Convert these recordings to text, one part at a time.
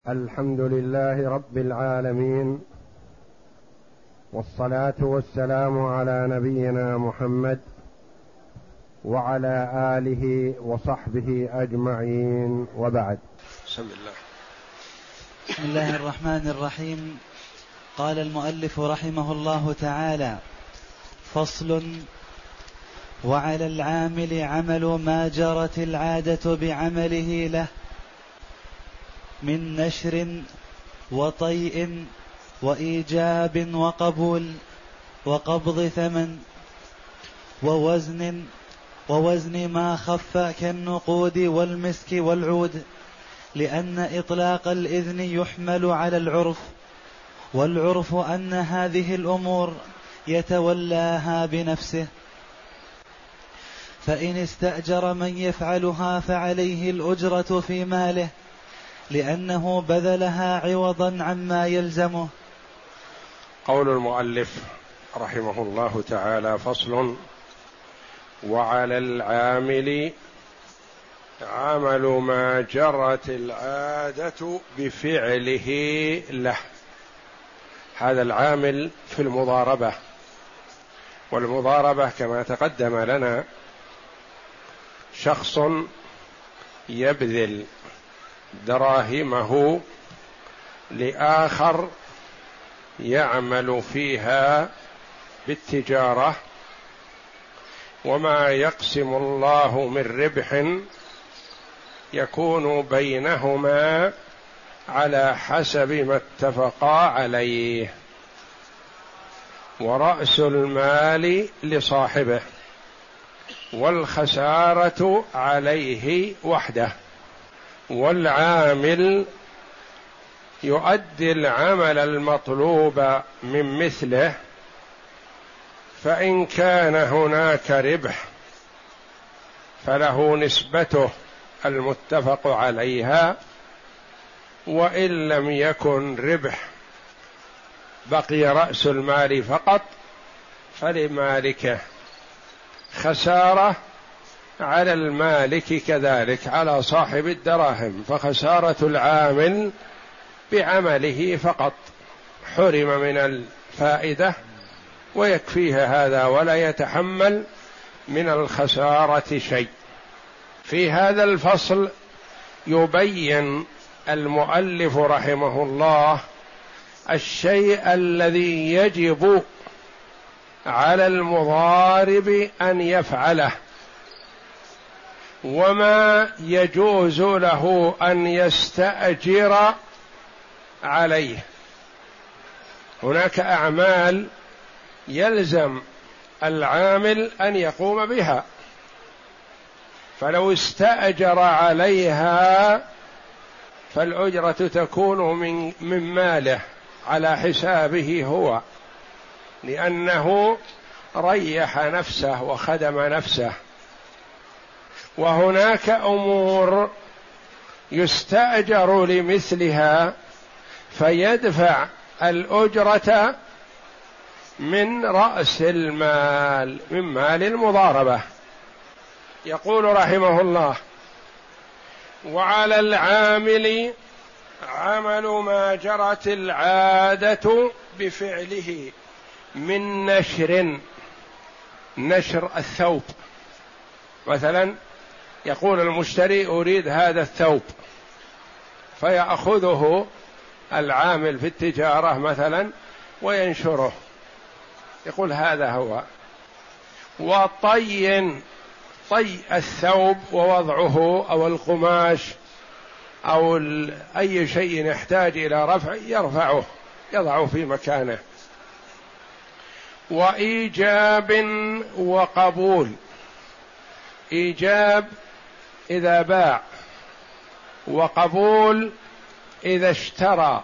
الحمد لله رب العالمين، والصلاة والسلام على نبينا محمد وعلى آله وصحبه أجمعين، وبعد. بسم الله الرحمن الرحيم. قال المؤلف رحمه الله تعالى: فصل: وعلى العامل عمل ما جرت العادة بعمله له من نشر وطيء وإيجاب وقبول وقبض ثمن ووزن ما خف كالنقود والمسك والعود، لأن إطلاق الإذن يحمل على العرف، والعرف أن هذه الأمور يتولاها بنفسه، فإن استأجر من يفعلها فعليه الأجرة في ماله، لأنه بذلها عوضا عما يلزمه. قول المؤلف رحمه الله تعالى: فصل: وعلى العامل عمل ما جرت العادة بفعله له. هذا العامل في المضاربة، والمضاربة كما تقدم لنا شخص يبذل دراهمه لآخر يعمل فيها بالتجارة، وما يقسم الله من ربح يكون بينهما على حسب ما اتفقا عليه، ورأس المال لصاحبه، والخسارة عليه وحده، والعامل يؤدي العمل المطلوب من مثله، فإن كان هناك ربح فله نسبته المتفق عليها، وإن لم يكن ربح بقي رأس المال فقط فلمالكه، خسارة على المالك كذلك على صاحب الدراهم، فخسارة العامل بعمله فقط، حرم من الفائدة ويكفيه هذا ولا يتحمل من الخسارة شيء. في هذا الفصل يبين المؤلف رحمه الله الشيء الذي يجب على المضارب أن يفعله، وما يجوز له أن يستأجر عليه. هناك أعمال يلزم العامل أن يقوم بها، فلو استأجر عليها فالأجرة تكون من ماله على حسابه هو، لأنه ريح نفسه وخدم نفسه. وهناك أمور يستأجر لمثلها فيدفع الأجرة من رأس المال، من مال المضاربة. يقول رحمه الله: وعلى العامل عمل ما جرت العادة بفعله من نشر الثوب. مثلا يقول المشتري: أريد هذا الثوب، فيأخذه العامل في التجارة مثلا وينشره، يقول هذا هو. وطي الثوب ووضعه أو القماش أو أي شيء يحتاج إلى رفع يرفعه يضعه في مكانه. وإيجاب وقبول: إيجاب إذا باع، وقبول إذا اشترى.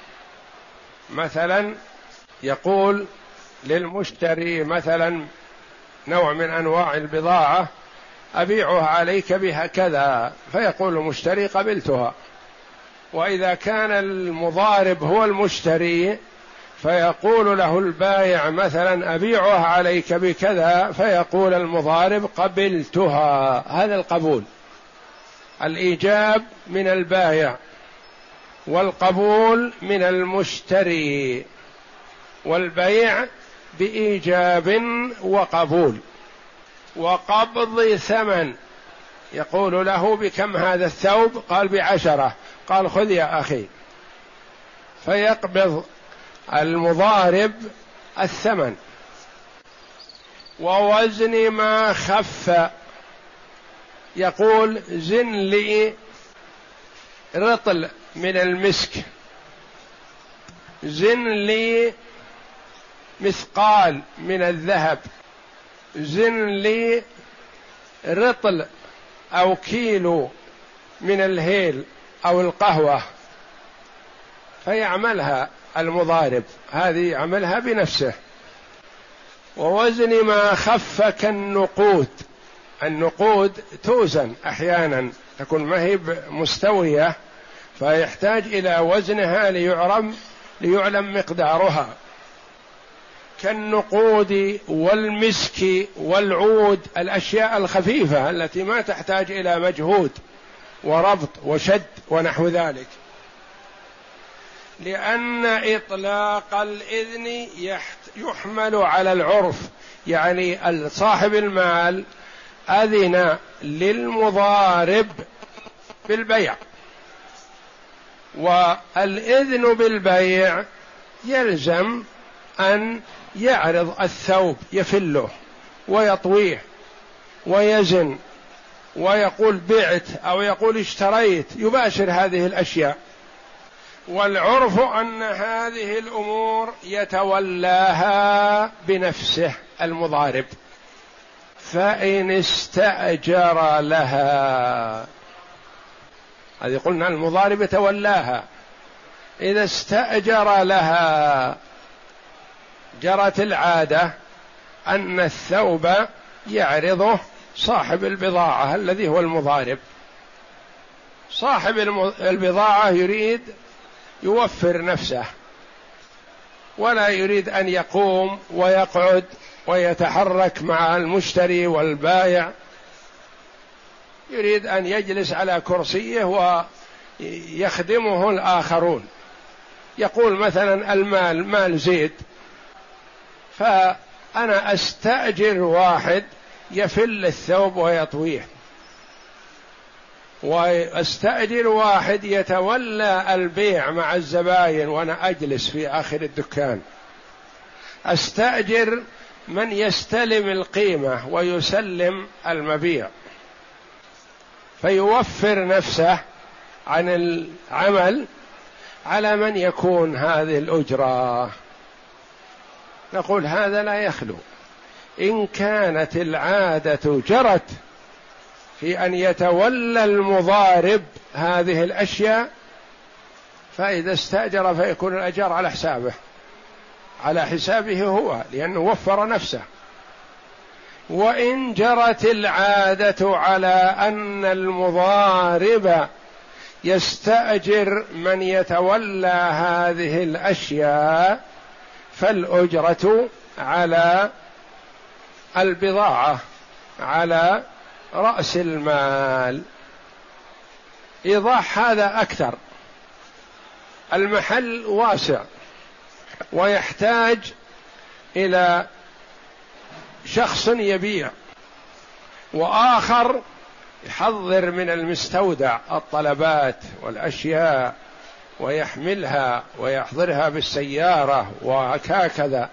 مثلا يقول للمشتري مثلا نوع من أنواع البضاعة: أبيعها عليك بها كذا، فيقول المشتري: قبلتها. وإذا كان المضارب هو المشتري فيقول له البائع مثلا: أبيعها عليك بكذا، فيقول المضارب: قبلتها. هذا القبول. الإيجاب من البائع والقبول من المشتري، والبيع بإيجاب وقبول وقبض ثمن. يقول له: بكم هذا الثوب؟ قال: ب10. قال: خذ يا أخي، فيقبض المضارب الثمن. ووزن ما خف، يقول: زن لي رطل من المسك، زن لي مثقال من الذهب، زن لي رطل أو كيلو من الهيل أو القهوة، فيعملها المضارب، هذه يعملها بنفسه. ووزن ما خف كالنقود، النقود توزن أحيانا تكون ما هي مستوية، فيحتاج إلى وزنها ليعلم مقدارها، كالنقود والمسك والعود، الأشياء الخفيفة التي ما تحتاج إلى مجهود وربط وشد ونحو ذلك. لأن إطلاق الإذن يحمل على العرف، يعني صاحب المال أذن للمضارب بالبيع، والإذن بالبيع يلزم أن يعرض الثوب، يفله ويطويه ويزن ويقول بعت أو يقول اشتريت، يباشر هذه الأشياء. والعرف أن هذه الأمور يتولاها بنفسه المضارب. فإن استأجر لها، هذه قلنا المضارب يتولاها، إذا استأجر لها جرت العادة أن الثوب يعرضه صاحب البضاعة الذي هو المضارب. صاحب البضاعة يريد يوفر نفسه، ولا يريد أن يقوم ويقعد ويتحرك مع المشتري والبائع، يريد أن يجلس على كرسيه ويخدمه الآخرون. يقول مثلا: المال مال زيد، فأنا أستأجر واحد يفل الثوب ويطويه، واستأجر واحد يتولى البيع مع الزباين وأنا أجلس في آخر الدكان، أستأجر من يستلم القيمة ويسلم المبيع، فيوفر نفسه عن العمل على من يكون هذه الأجرة. نقول هذا لا يخلو. إن كانت العادة جرت في أن يتولى المضارب هذه الأشياء، فإذا استأجر فيكون الأجر على حسابه، على حسابه هو، لأنه وفر نفسه. وإن جرت العادة على أن المضارب يستأجر من يتولى هذه الأشياء، فالأجرة على البضاعة، على رأس المال. إيضاح هذا أكثر. المحل واسع ويحتاج إلى شخص يبيع، وآخر يحضر من المستودع الطلبات والأشياء ويحملها ويحضرها بالسيارة وهكذا.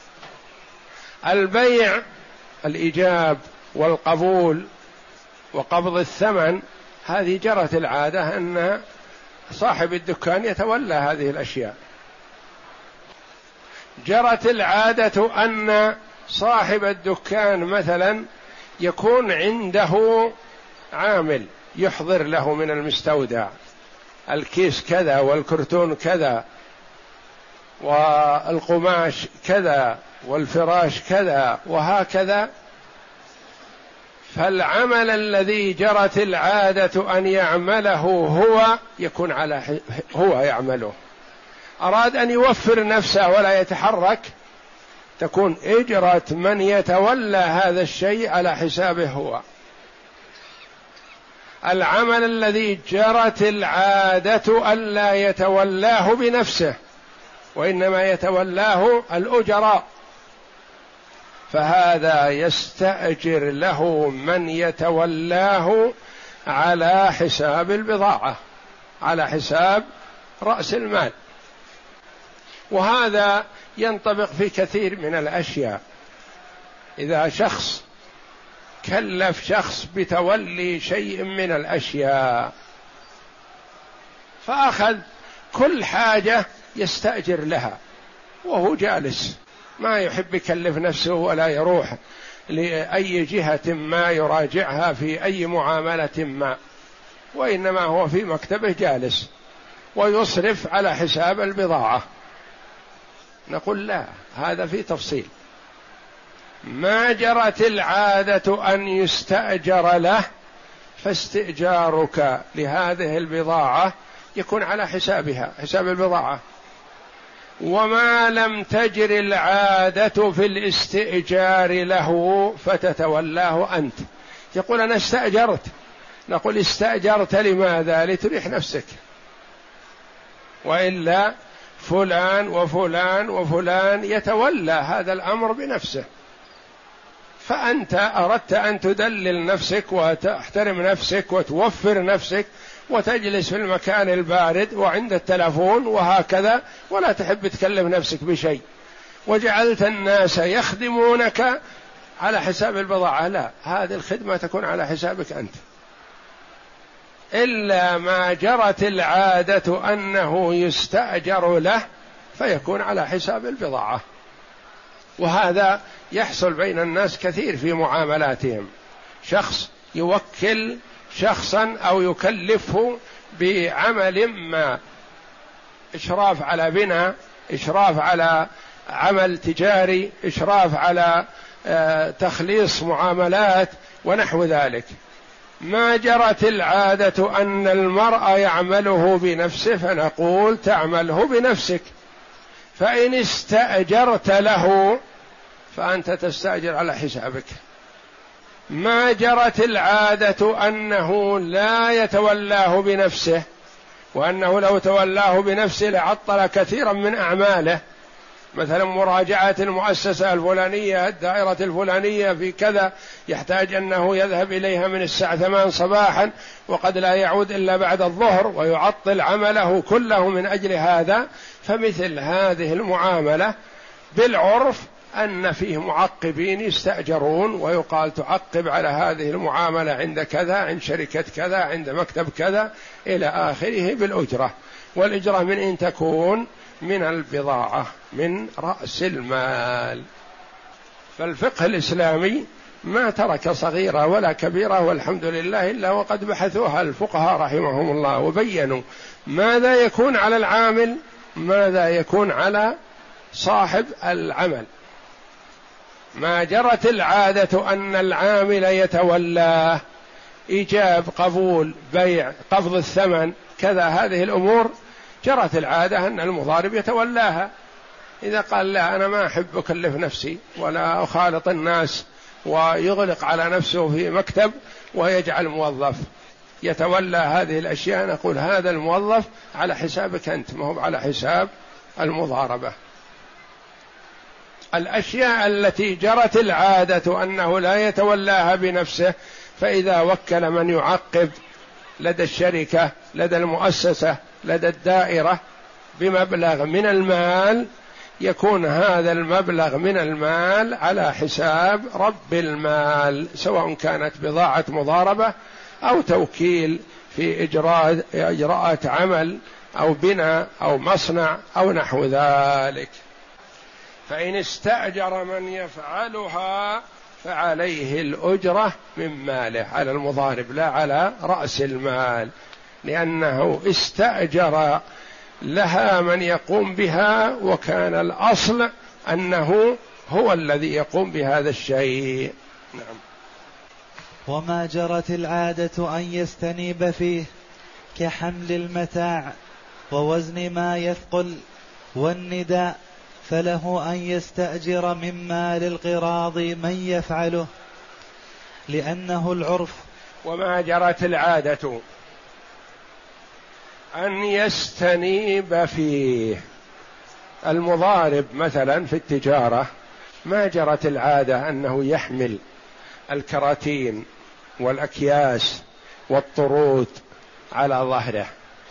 البيع الإيجاب والقبول وقبض الثمن، هذه جرت العادة أن صاحب الدكان يتولى هذه الأشياء. جرت العادة أن صاحب الدكان مثلا يكون عنده عامل يحضر له من المستودع الكيس كذا والكرتون كذا والقماش كذا والفراش كذا وهكذا. فالعمل الذي جرت العادة أن يعمله هو يكون هو يعمله. أراد أن يوفر نفسه ولا يتحرك، تكون إجرة من يتولى هذا الشيء على حسابه هو. العمل الذي جرت العادة ألا يتولاه بنفسه وإنما يتولاه الأجراء، فهذا يستأجر له من يتولاه على حساب البضاعة، على حساب رأس المال. وهذا ينطبق في كثير من الأشياء. إذا شخص كلف شخص بتولي شيء من الأشياء فأخذ كل حاجة يستأجر لها وهو جالس ما يحب يكلف نفسه ولا يروح لأي جهة ما يراجعها في أي معاملة ما، وإنما هو في مكتبه جالس ويصرف على حساب البضاعة، نقول لا، هذا في تفصيل. ما جرت العادة أن يستأجر له فاستئجارك لهذه البضاعة يكون على حسابها، حساب البضاعة. وما لم تجر العادة في الاستئجار له فتتولاه أنت. يقول أنا استأجرت، نقول استأجرت لماذا؟ لتريح نفسك، وإلا فلان وفلان وفلان يتولى هذا الأمر بنفسه، فأنت أردت أن تدلل نفسك وتحترم نفسك وتوفر نفسك وتجلس في المكان البارد وعند التلفون وهكذا، ولا تحب تكلف نفسك بشيء، وجعلت الناس يخدمونك على حساب البضاعة. لا، هذه الخدمة تكون على حسابك أنت، إلا ما جرت العادة أنه يستأجر له فيكون على حساب البضاعة. وهذا يحصل بين الناس كثير في معاملاتهم، شخص يوكل شخصا أو يكلفه بعمل ما، إشراف على بناء، إشراف على عمل تجاري، إشراف على تخليص معاملات ونحو ذلك. ما جرت العادة أن المرء يعمله بنفسه فنقول تعمله بنفسك، فإن استأجرت له فأنت تستأجر على حسابك. ما جرت العادة أنه لا يتولاه بنفسه، وأنه لو تولاه بنفسه لعطل كثيرا من أعماله، مثلا مراجعة المؤسسة الفلانية، الدائرة الفلانية في كذا، يحتاج أنه يذهب إليها من الساعة 8 صباحا وقد لا يعود إلا بعد الظهر ويعطل عمله كله من أجل هذا. فمثل هذه المعاملة بالعرف أن فيه معقبين يستأجرون ويقال تعقب على هذه المعاملة عند كذا، عند شركة كذا، عند مكتب كذا إلى آخره بالأجرة. والأجرة من إن تكون من البضاعة، من رأس المال. فالفقه الإسلامي ما ترك صغيرة ولا كبيرة والحمد لله إلا وقد بحثوها الفقهاء رحمهم الله وبينوا ماذا يكون على العامل، ماذا يكون على صاحب العمل. ما جرت العادة أن العامل يتولى إيجاب، قبول، بيع، قبض الثمن، كذا، هذه الأمور جرت العادة أن المضارب يتولاها. إذا قال لا أنا ما أحب أكلف نفسي ولا أخالط الناس، ويغلق على نفسه في مكتب ويجعل موظف يتولى هذه الأشياء، نقول هذا الموظف على حسابك أنت، ما هو على حساب المضاربة. الأشياء التي جرت العادة أنه لا يتولاها بنفسه، فإذا وكل من يعقب لدى الشركة، لدى المؤسسة، لدى الدائرة بمبلغ من المال، يكون هذا المبلغ من المال على حساب رب المال، سواء كانت بضاعة مضاربة أو توكيل في إجراءات عمل أو بناء أو مصنع أو نحو ذلك. فإن استأجر من يفعلها فعليه الأجرة من ماله، على المضارب لا على رأس المال، لأنه استأجر لها من يقوم بها، وكان الأصل أنه هو الذي يقوم بهذا الشيء. نعم. وما جرت العادة أن يستنيب فيه كحمل المتاع ووزن ما يثقل والنداء، فله أن يستأجر من مال القراض من يفعله، لأنه العرف وما جرت العادة أن يستنيب فيه. المضارب مثلا في التجارة ما جرت العادة أنه يحمل الكراتين والأكياس والطرود على ظهره،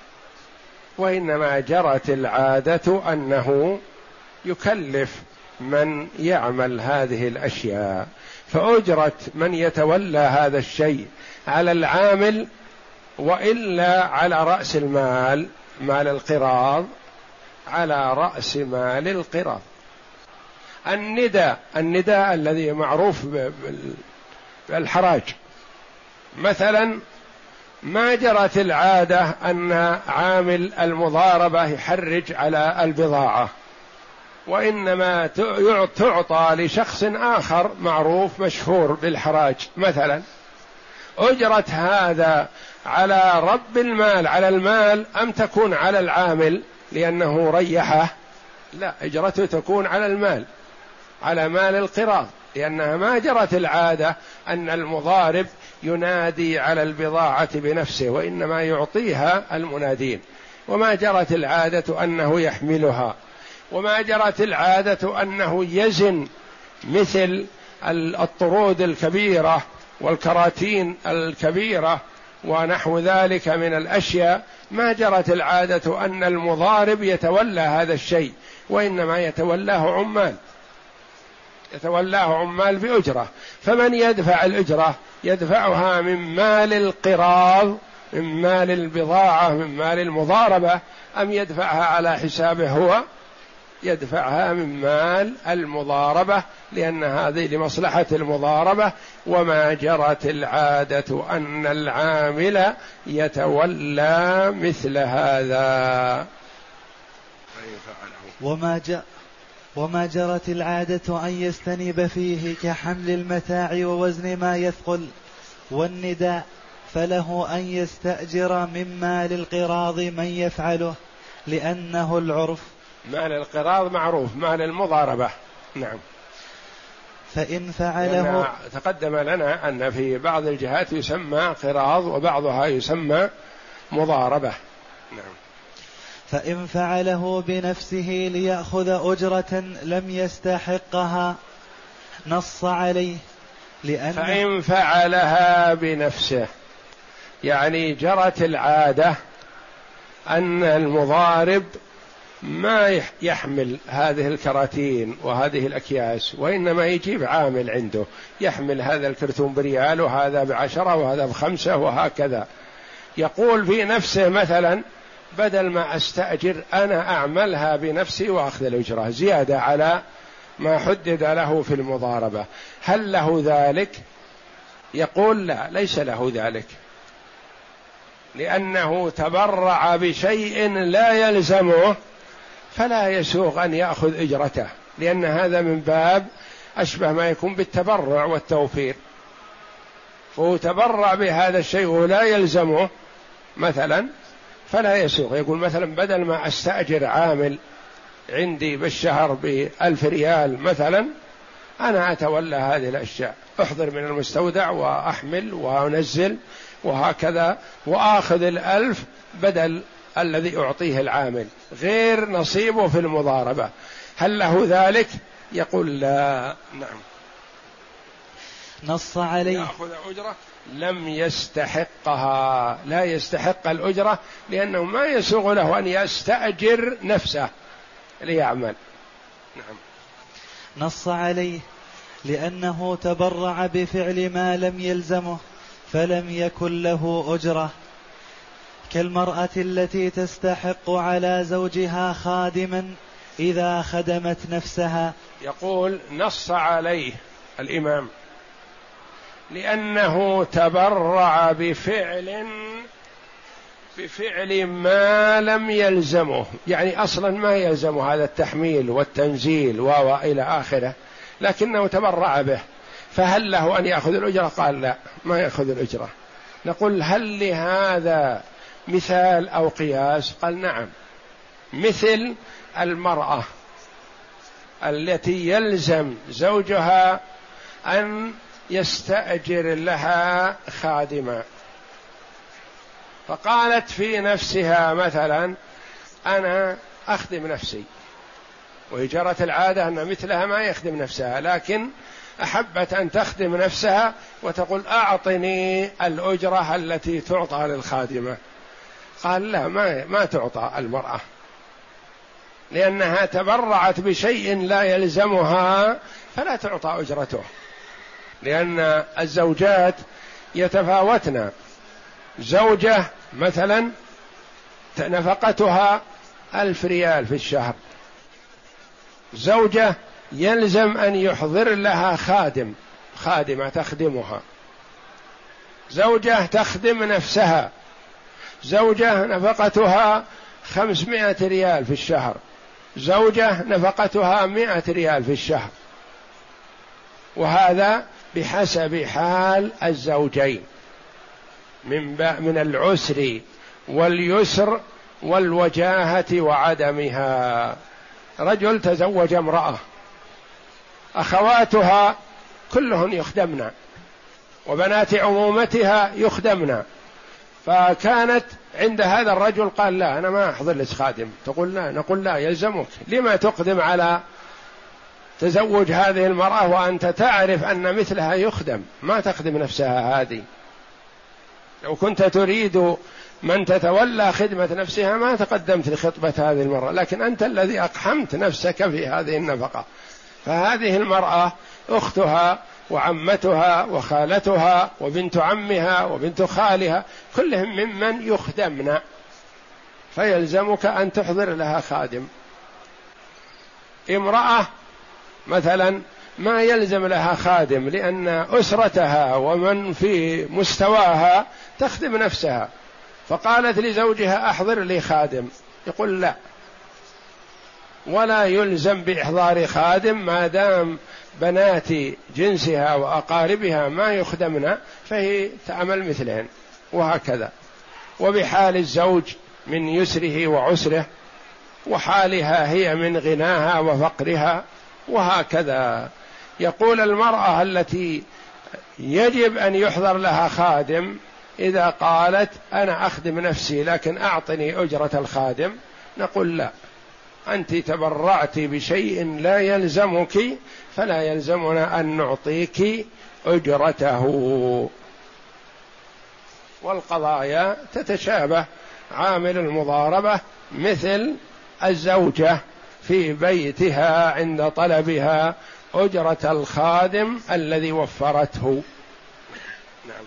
وإنما جرت العادة أنه يكلف من يعمل هذه الأشياء، فأجرة من يتولى هذا الشيء على العامل، وإلا على رأس المال، مال القراض، على رأس مال القراض. النداء الذي معروف بالحراج مثلا، ما جرت العادة أن عامل المضاربة يحرج على البضاعة، وإنما تعطى لشخص آخر معروف مشهور بالحراج مثلا. أجرت هذا على رب المال، على المال، أم تكون على العامل لأنه ريحه؟ لا، أجرته تكون على المال، على مال القراض، لأنها ما جرت العادة أن المضارب ينادي على البضاعة بنفسه، وإنما يعطيها المنادين. وما جرت العادة أنه يحملها، وما جرت العادة أنه يزن مثل الطرود الكبيرة والكراتين الكبيرة ونحو ذلك من الأشياء. ما جرت العادة أن المضارب يتولى هذا الشيء، وإنما يتولاه عمال بأجرة. فمن يدفع الأجرة يدفعها من مال القراض، من مال البضاعة، من مال المضاربة، أم يدفعها على حسابه هو؟ يدفعها من مال المضاربة، لأن هذه لمصلحة المضاربة. وما جرت العادة أن العامل يتولى مثل هذا. وما جرت العادة أن يستنيب فيه كحمل المتاع ووزن ما يثقل والنداء، فله أن يستأجر من مال القراض من يفعله، لأنه العرف. مال القراض معروف، مال المضاربة. نعم. فإن فعله، تقدم لنا أن في بعض الجهات يسمى قراض وبعضها يسمى مضاربة. نعم. فإن فعله بنفسه ليأخذ أجرة لم يستحقها نص عليه، فإن فعلها بنفسه يعني جرت العادة أن المضارب ما يحمل هذه الكراتين وهذه الأكياس، وإنما يجيب عامل عنده يحمل هذا الكرتون بريال وهذا ب10 وهذا ب5 وهكذا. يقول في نفسه مثلا بدل ما أستأجر أنا أعملها بنفسي وأخذ الأجرة زيادة على ما حدد له في المضاربة. هل له ذلك؟ يقول لا، ليس له ذلك، لأنه تبرع بشيء لا يلزمه، فلا يسوغ أن يأخذ أجرته، لأن هذا من باب أشبه ما يكون بالتبرع والتوفير. فهو تبرع بهذا الشيء ولا يلزمه مثلا، فلا يسوغ. يقول مثلا بدل ما أستأجر عامل عندي بالشهر ب1000 ريال مثلا، أنا أتولى هذه الأشياء، أحضر من المستودع وأحمل وأنزل وهكذا، وآخذ 1000 بدل الذي أعطيه العامل، غير نصيبه في المضاربة. هل له ذلك؟ يقول لا. نعم. نص عليه يأخذ أجرة لم يستحقها، لا يستحق الأجرة، لأنه ما يسوغ له أن يستأجر نفسه ليعمل. نعم. نص عليه لأنه تبرع بفعل ما لم يلزمه فلم يكن له أجرة، كالمرأة التي تستحق على زوجها خادما إذا خدمت نفسها. يقول نص عليه الإمام لأنه تبرع بفعل ما لم يلزمه، يعني أصلا ما يلزمه هذا التحميل والتنزيل وإلى آخره، لكنه تبرع به، فهل له أن يأخذ الأجرة؟ قال لا، ما يأخذ الأجرة. نقول هل لهذا مثال أو قياس؟ قال نعم، مثل المرأة التي يلزم زوجها أن يستأجر لها خادما، فقالت في نفسها مثلا أنا أخدم نفسي، وهي جرت العادة أن مثلها ما يخدم نفسها، لكن أحبت أن تخدم نفسها وتقول أعطني الأجرة التي تعطى للخادمة. قال لا، ما تعطى المرأة، لأنها تبرعت بشيء لا يلزمها فلا تعطى أجرته، لأن الزوجات يتفاوتن. زوجة مثلا نفقتها 1000 ريال في الشهر، زوجة يلزم أن يحضر لها خادمة تخدمها، زوجة تخدم نفسها، زوجة نفقتها 500 ريال في الشهر، زوجة نفقتها 100 ريال في الشهر، وهذا بحسب حال الزوجين من العسر واليسر والوجاهة وعدمها. رجل تزوج امرأة، أخواتها كلهن يخدمن وبنات عمومتها يخدمن، فكانت عند هذا الرجل قال لا أنا ما أحضر لك خادم، تقول لا، نقول لا يلزمك، لما تقدم على تزوج هذه المرأة وأنت تعرف أن مثلها يخدم، ما تخدم نفسها هذه. لو كنت تريد من تتولى خدمة نفسها ما تقدمت لخطبة هذه المرأة، لكن أنت الذي أقحمت نفسك في هذه النفقة. فهذه المرأة أختها وعمتها وخالتها وبنت عمها وبنت خالها كلهم ممن يخدمن، فيلزمك أن تحضر لها خادم. امرأة مثلا ما يلزم لها خادم، لأن أسرتها ومن في مستواها تخدم نفسها، فقالت لزوجها أحضر لي خادم، يقول لا، ولا يلزم بإحضار خادم ما دام بنات جنسها وأقاربها ما يخدمن فهي تعمل مثلهن، وهكذا. وبحال الزوج من يسره وعسره، وحالها هي من غناها وفقرها، وهكذا. يقول المرأة التي يجب أن يحضر لها خادم إذا قالت أنا أخدم نفسي لكن أعطني أجرة الخادم، نقول لا، أنت تبرعت بشيء لا يلزمك فلا يلزمنا أن نعطيك أجرته. والقضايا تتشابه، عامل المضاربة مثل الزوجة في بيتها عند طلبها أجرة الخادم الذي وفرته. نعم.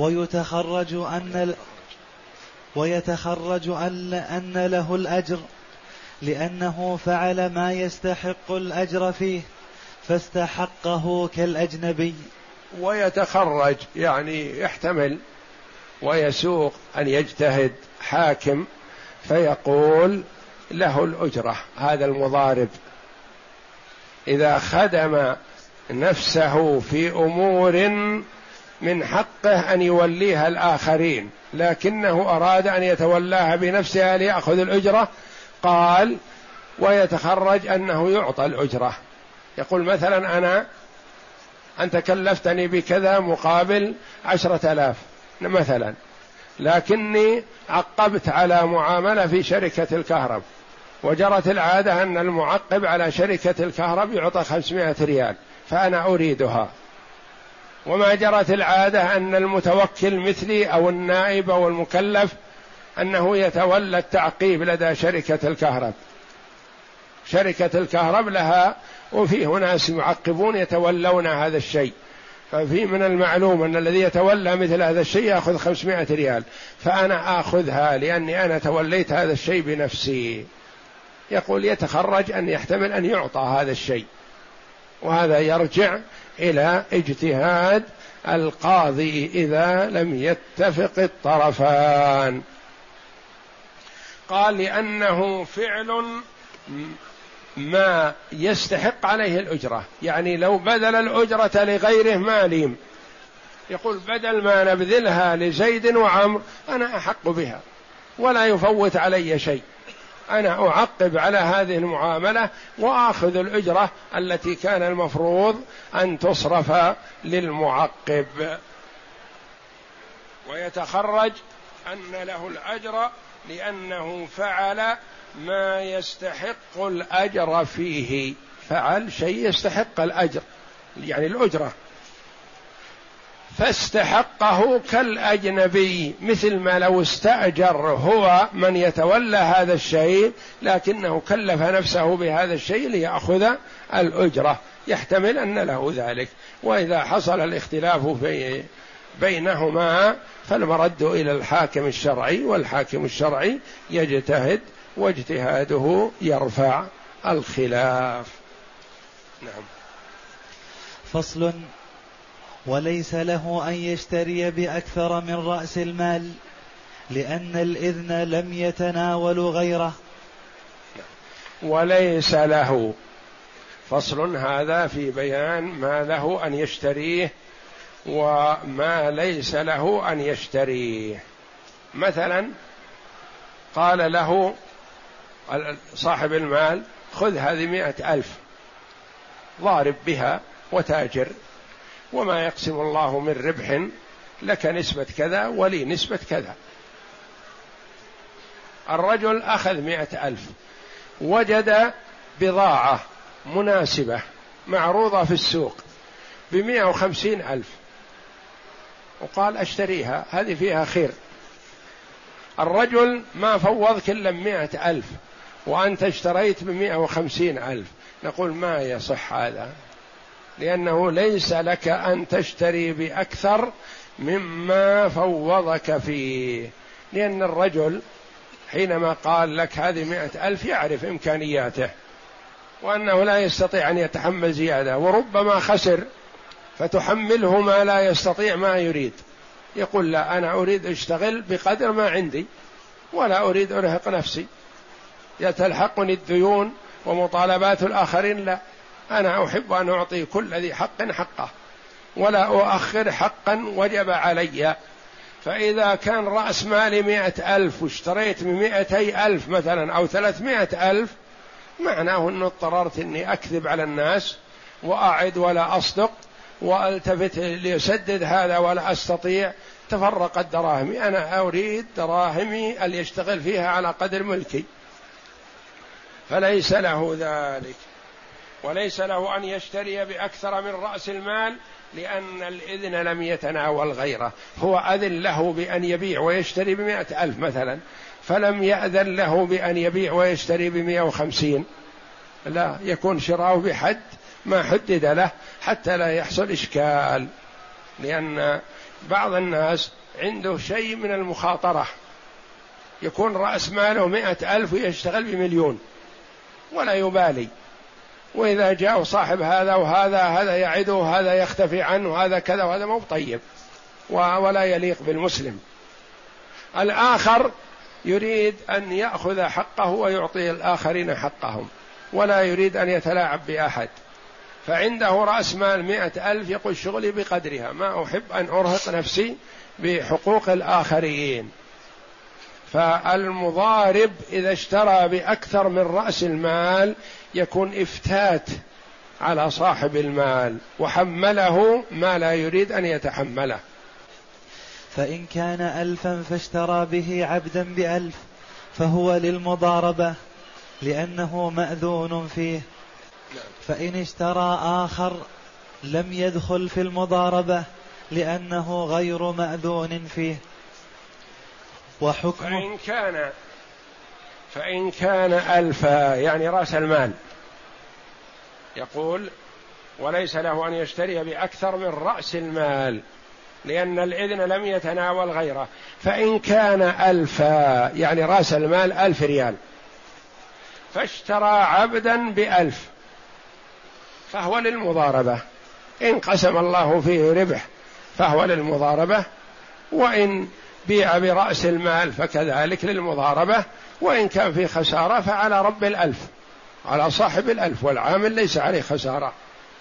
ويتخرج أن له الأجر لأنه فعل ما يستحق الأجر فيه فاستحقه كالأجنبي. ويتخرج يعني يحتمل ويسوق أن يجتهد حاكم فيقول له الأجرة. هذا المضارب إذا خدم نفسه في أمور من حقه أن يوليها الآخرين لكنه أراد أن يتولاها بنفسه ليأخذ الأجرة، قال ويتخرج أنه يعطى الأجرة. يقول مثلا أنت كلفتني بكذا مقابل 10,000 مثلا، لكني عقبت على معاملة في شركة الكهرب، وجرت العادة أن المعقب على شركة الكهرب يعطى 500 ريال، فأنا أريدها. وما جرت العادة أن المتوكل مثلي أو النائب أو المكلف أنه يتولى التعقيب لدى شركة الكهرب. شركة الكهرب لها وفيه ناس معقبون يتولون هذا الشيء، ففي من المعلوم أن الذي يتولى مثل هذا الشيء يأخذ 500 ريال، فأنا آخذها لأني أنا توليت هذا الشيء بنفسي. يقول يتخرج أن يحتمل أن يعطى هذا الشيء، وهذا يرجع إلى اجتهاد القاضي إذا لم يتفق الطرفان. قال لأنه فعل ما يستحق عليه الأجرة، يعني لو بذل الأجرة لغيره ما ليم، يقول بدل ما نبذلها لزيد وعمر أنا أحق بها ولا يفوت علي شيء، أنا أعقب على هذه المعاملة وآخذ الأجرة التي كان المفروض أن تصرف للمعقب، ويتخرج أن له الأجر لأنه فعل ما يستحق الأجر فيه، فعل شيء يستحق الأجر يعني الأجرة، فاستحقه كالأجنبي، مثل ما لو استأجر هو من يتولى هذا الشيء لكنه كلف نفسه بهذا الشيء ليأخذ الأجرة، يحتمل أن له ذلك. وإذا حصل الاختلاف بينهما فالمرد إلى الحاكم الشرعي، والحاكم الشرعي يجتهد واجتهاده يرفع الخلاف. نعم. فصل: وليس له أن يشتري بأكثر من رأس المال لأن الإذن لم يتناول غيره. وليس له، فصل هذا في بيان ما له أن يشتريه وما ليس له أن يشتريه. مثلا قال له صاحب المال: خذ هذه 100,000 ضارب بها وتاجر، وما يقسم الله من ربح لك نسبة كذا ولي نسبة كذا. الرجل أخذ 100,000، وجد بضاعة مناسبة معروضة في السوق ب150,000 وقال: أشتريها، هذه فيها خير. الرجل ما فوضك إلا 100,000 وأنت اشتريت ب150,000، نقول ما يصح هذا، لأنه ليس لك أن تشتري بأكثر مما فوضك فيه، لأن الرجل حينما قال لك هذه 100,000 يعرف إمكانياته وأنه لا يستطيع أن يتحمل زيادة، وربما خسر فتحمله ما لا يستطيع ما يريد، يقول: لا، أنا أريد أشتغل بقدر ما عندي ولا أريد أرهق نفسي، يتلحقني الديون ومطالبات الآخرين، لا، أنا أحب أن أعطي كل ذي حق حقه ولا أؤخر حقا وجب علي. فإذا كان رأس مالي 100,000 واشتريت ب200,000 مثلا أو 300,000، معناه أنه اضطررت أني أكذب على الناس وأعد ولا أصدق وألتفت ليسدد هذا ولا أستطيع، تفرقت دراهمي، أنا أريد دراهمي اللي يشتغل فيها على قدر ملكي، فليس له ذلك. وليس له أن يشتري بأكثر من رأس المال لأن الإذن لم يتناول غيره، هو أذن له بأن يبيع ويشتري ب100,000 مثلا، فلم يأذن له بأن يبيع ويشتري ب150، لا، يكون شراؤه بحد ما حدد له حتى لا يحصل إشكال، لأن بعض الناس عنده شيء من المخاطرة، يكون رأس ماله 100,000 ويشتغل ب1,000,000 ولا يبالي، وإذا جاء صاحب هذا وهذا، هذا يعده وهذا يختفي عنه وهذا كذا وهذا مو طيب ولا يليق بالمسلم. الآخر يريد أن يأخذ حقه ويعطي الآخرين حقهم ولا يريد أن يتلاعب بأحد، فعنده رأس مال 100,000 يقول: شغلي بقدرها، ما أحب أن أرهق نفسي بحقوق الآخرين. فالمضارب إذا اشترى بأكثر من رأس المال يكون إفتات على صاحب المال وحمله ما لا يريد أن يتحمله. فإن كان 1,000 فاشترى به عبدا ب1,000 فهو للمضاربة لأنه مأذون فيه. فإن اشترى آخر لم يدخل في المضاربة لأنه غير مأذون فيه. وحكمه فإن كان 1,000 يعني رأس المال، يقول: وليس له أن يشتري بأكثر من رأس المال لأن الإذن لم يتناول غيره. فإن كان 1,000 يعني رأس المال 1,000 ريال، فاشترى عبدا ب1,000 فهو للمضاربة، إن قسم الله فيه ربح فهو للمضاربة، وإن بيع برأس المال فكذلك للمضاربة، وإن كان في خسارة فعلى رب 1,000، على صاحب 1,000، والعامل ليس عليه خسارة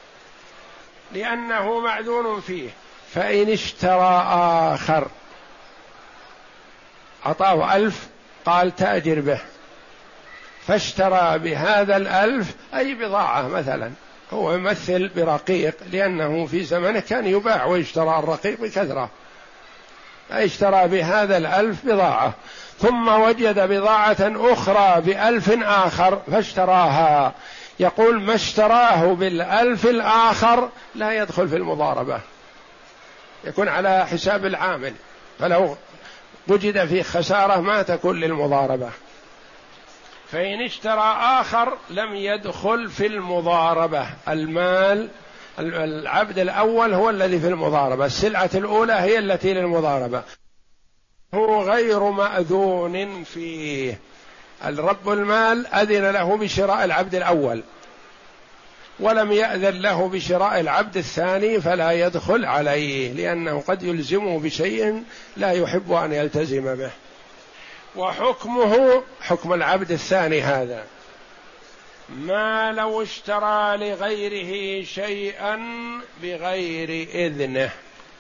لأنه معذور فيه. فإن اشترى آخر أعطاه 1,000 قال: تأجر به، فاشترى بهذا 1000 أي بضاعة مثلا، هو يمثل برقيق لأنه في زمنه كان يباع ويشترى الرقيق بكثرة، اشترى بهذا 1000 بضاعة، ثم وجد بضاعة أخرى ب1000 آخر فاشتراها. يقول ما اشتراه ب1000 الآخر لا يدخل في المضاربة، يكون على حساب العامل، فلو وجد في خسارة ما تكون للمضاربة. فإن اشترى آخر لم يدخل في المضاربة. المال العبد الأول هو الذي في المضاربة، السلعة الأولى هي التي للمضاربة، هو غير مأذون فيه. الرب المال أذن له بشراء العبد الأول ولم يأذن له بشراء العبد الثاني، فلا يدخل عليه لأنه قد يلزمه بشيء لا يحب أن يلتزم به. وحكمه حكم العبد الثاني هذا ما لو اشترى لغيره شيئا بغير إذنه.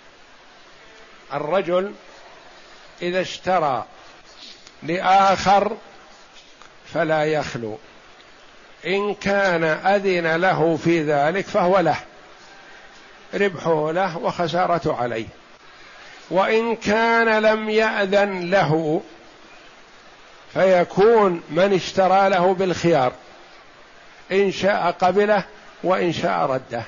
الرجل إذا اشترى لآخر فلا يخلو، إن كان أذن له في ذلك فهو له، ربحه له وخسارته عليه، وإن كان لم يأذن له فيكون من اشترى له بالخيار، إن شاء قبله وإن شاء رده.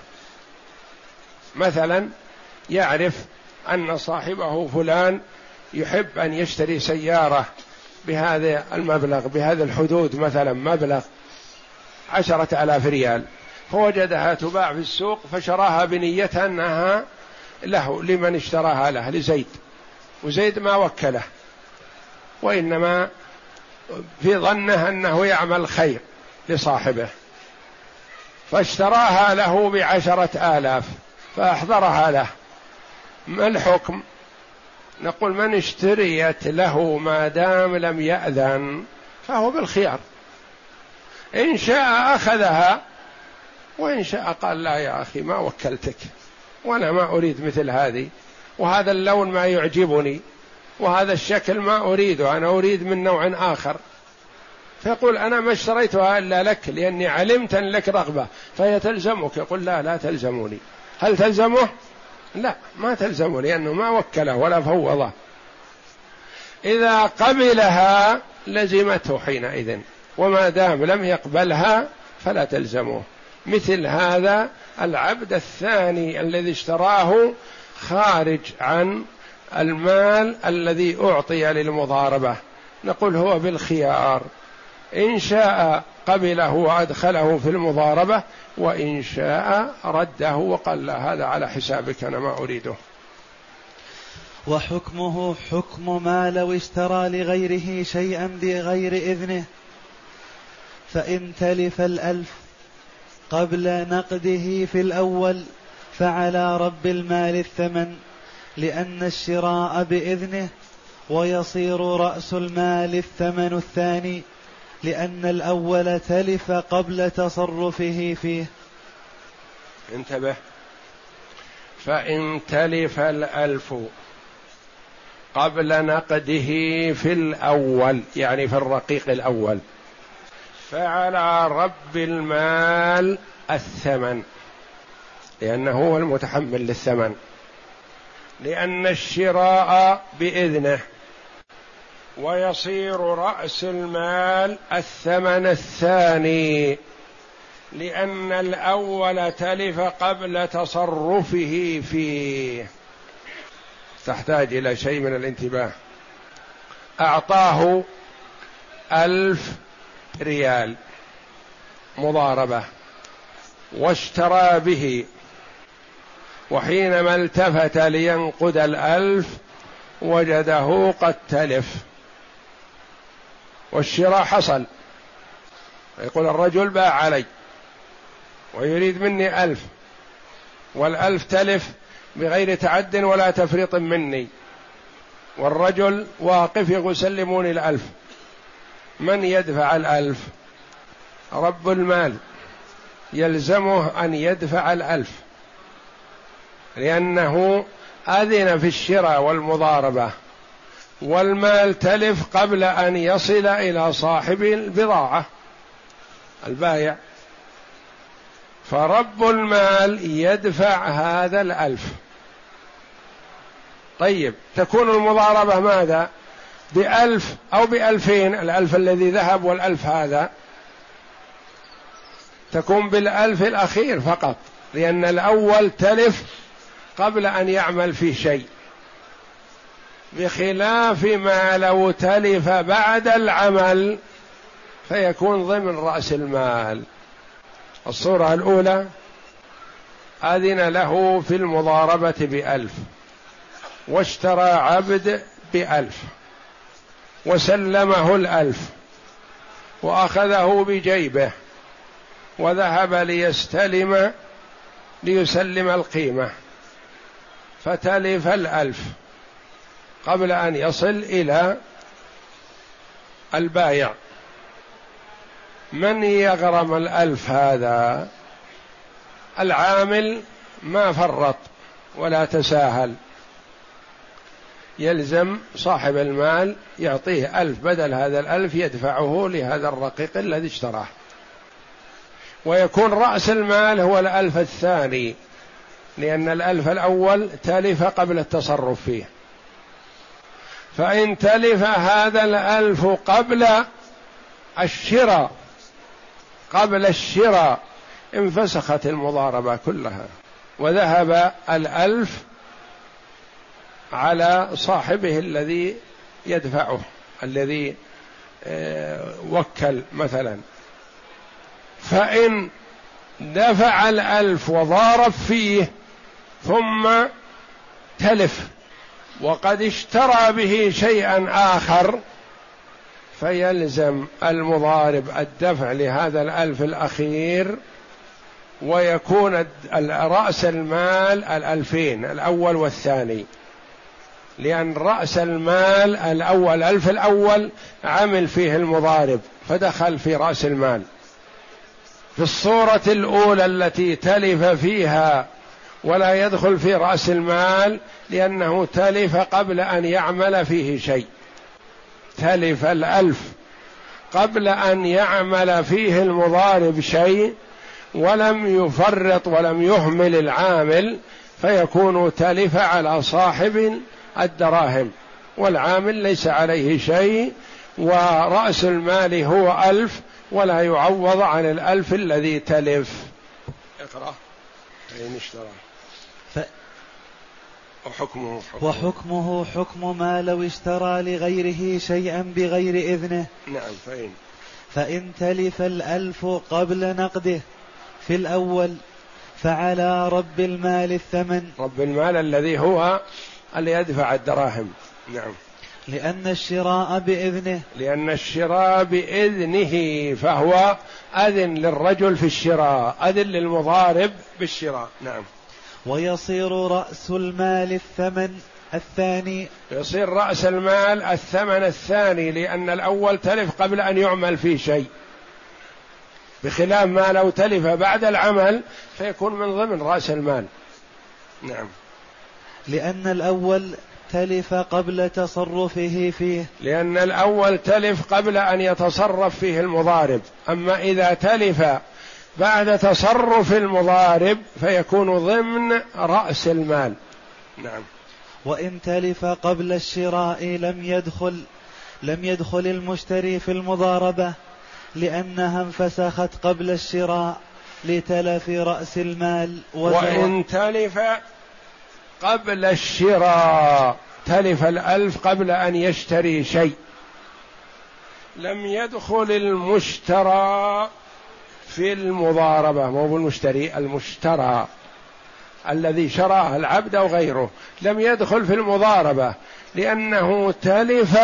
مثلا يعرف أن صاحبه فلان يحب أن يشتري سيارة بهذا المبلغ، بهذا الحدود، مثلا مبلغ 10,000 ريال، فوجدها تباع في السوق فشراها بنية أنها له، لمن اشتراها له، لزيد، وزيد ما وكله وإنما في ظنه أنه يعمل خير لصاحبه، فاشتراها له ب10,000 فأحضرها له. ما الحكم؟ نقول من اشتريت له ما دام لم يأذن فهو بالخيار، إن شاء أخذها وإن شاء قال لا يا أخي ما وكلتك وأنا ما أريد مثل هذه، وهذا اللون ما يعجبني، وهذا الشكل ما أريده، أنا أريد من نوع آخر، فيقول أنا ما اشتريتها إلا لك لأني علمت أن لك رغبة، فهي تلزمك. يقول لا تلزمني. هل تلزمه؟ لا، ما تلزمه لأنه ما وكله ولا فوضه. إذا قبلها لزمته حينئذ، وما دام لم يقبلها فلا تلزمه. مثل هذا العبد الثاني الذي اشتراه خارج عن المال الذي أعطي للمضاربة، نقول هو بالخيار، إن شاء قبله وأدخله في المضاربة، وإن شاء رده وقال لا هذا على حسابك أنا ما أريده. وحكمه حكم ما لو اشترى لغيره شيئا بغير إذنه، فإن تلف 1000 قبل نقده في الأول فعلى رب المال الثمن، لأن الشراء بإذنه، ويصير رأس المال الثمن الثاني، لأن الأول تلف قبل تصرفه فيه. انتبه، فإن تلف 1000 قبل نقده في الأول، يعني في الرقيق الأول، فعلى رب المال الثمن، لأنه هو المتحمل للثمن، لأن الشراء بإذنه، ويصير رأس المال الثمن الثاني، لأن الأول تلف قبل تصرفه فيه. تحتاج إلى شيء من الانتباه. أعطاه 1000 ريال مضاربة واشترى به، وحينما التفت لينقد 1000 وجده قد تلف، والشراء حصل، يقول الرجل باع علي ويريد مني 1000، وال1000 تلف بغير تعد ولا تفريط مني، والرجل واقف يقول سلموني 1000. من يدفع 1000؟ رب المال، يلزمه أن يدفع 1000 لأنه أذن في الشراء والمضاربة، والمال تلف قبل أن يصل إلى صاحب البضاعة، البائع، فرب المال يدفع هذا الألف. طيب تكون المضاربة ماذا؟ بألف أو بألفين، الألف الذي ذهب والألف هذا تكون بالألف الأخير فقط، لأن الأول تلف قبل أن يعمل فيه شيء، بخلاف ما لو تلف بعد العمل فيكون ضمن رأس المال. الصورة الأولى أذن له في المضاربة بألف، واشترى عبد بألف وسلمه الألف وأخذه بجيبه وذهب ليسلم القيمة، فتلف الألف قبل أن يصل إلى البائع. من يغرم الألف هذا؟ العامل ما فرط ولا تساهل، يلزم صاحب المال يعطيه ألف بدل هذا الألف يدفعه لهذا الرقيق الذي اشتراه، ويكون رأس المال هو الألف الثاني، لأن الألف الأول تلف قبل التصرف فيه. فإن تلف هذا الألف قبل الشراء انفسخت المضاربة كلها، وذهب الألف على صاحبه الذي يدفعه، الذي وكل مثلا. فإن دفع الألف وضارب فيه ثم تلف وقد اشترى به شيئا آخر، فيلزم المضارب الدفع لهذا الألف الأخير، ويكون رأس المال الألفين الأول والثاني، لأن رأس المال الأول الألف الأول عمل فيه المضارب فدخل في رأس المال. في الصورة الأولى التي تلف فيها ولا يدخل في رأس المال، لأنه تلف قبل أن يعمل فيه شيء، تلف الألف قبل أن يعمل فيه المضارب شيء، ولم يفرط ولم يهمل العامل، فيكون تلف على صاحب الدراهم، والعامل ليس عليه شيء، ورأس المال هو ألف ولا يعوض عن الألف الذي تلف. اقرأ. أين اشترى وحكمه حكم ما لو اشترى لغيره شيئا بغير إذنه. نعم. فإن تلف الألف قبل نقده في الأول فعلى رب المال الثمن، رب المال الذي هو اللي يدفع الدراهم. نعم. لأن الشراء بإذنه، فهو أذن للرجل في الشراء، أذن للمضارب بالشراء. نعم. ويصير رأس المال الثمن الثاني، يصير رأس المال الثمن الثاني، لأن الأول تلف قبل أن يعمل فيه شيء، بخلاف ما لو تلف بعد العمل فيكون من ضمن رأس المال. نعم. لأن الأول تلف قبل تصرفه فيه، لأن الأول تلف قبل أن يتصرف فيه المضارب، أما إذا تلف بعد تصرف المضارب فيكون ضمن رأس المال. نعم. وإن تلف قبل الشراء لم يدخل المشتري في المضاربة، لأنها انفسخت قبل الشراء لتلف رأس المال. وإن تلف قبل الشراء، تلف الألف قبل أن يشتري شيء، لم يدخل المشترى في المضاربة، مو بالمشتري، المشترى الذي شراه العبد أو غيره لم يدخل في المضاربة، لأنه تلف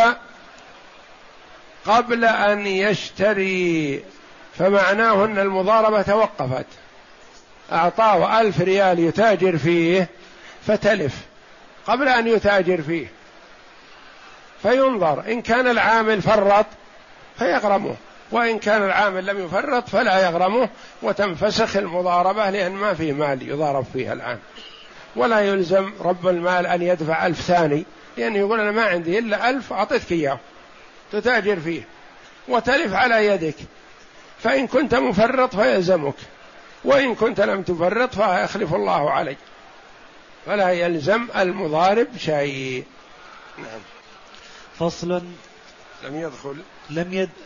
قبل أن يشتري، فمعناه أن المضاربة توقفت. أعطاه 1000 ريال يتاجر فيه فتلف قبل أن يتاجر فيه، فينظر إن كان العامل فرط فيغرمه، وإن كان العامل لم يفرط فلا يغرمه، وتنفسخ المضاربة، لأن ما في مال يضارب فيها الآن. ولا يلزم رب المال أن يدفع 1000 ثاني، لأنه يقول أنا ما عندي إلا 1000 أعطيتك إياه تتاجر فيه وتلف على يدك، فإن كنت مفرط فيلزمك، وإن كنت لم تفرط فيخلف الله عليك، فلا يلزم المضارب شيء. نعم. فصل. لم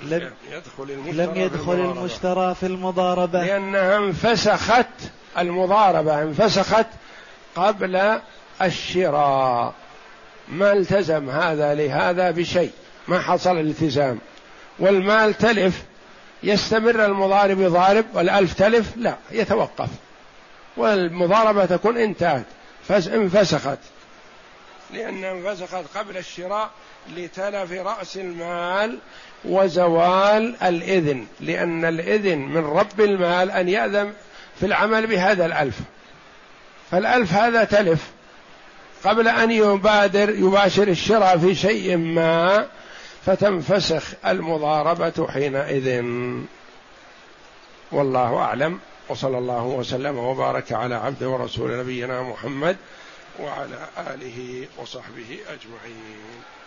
يدخل المشترى في المضاربة لأنها انفسخت، المضاربة انفسخت قبل الشراء، ما التزم هذا لهذا بشيء، ما حصل الالتزام، والمال تلف، يستمر المضارب يضارب والألف تلف؟ لا، يتوقف، والمضاربة تكون انتهت انفسخت، لأنها انفسخت قبل الشراء لتلف رأس المال وزوال الإذن، لأن الإذن من رب المال أن يأذن في العمل بهذا الألف، فالألف هذا تلف قبل أن يباشر الشراء في شيء ما، فتنفسخ المضاربة حينئذ. والله أعلم، وصلى الله وسلم وبارك على عبد ورسول نبينا محمد وعلى آله وصحبه أجمعين.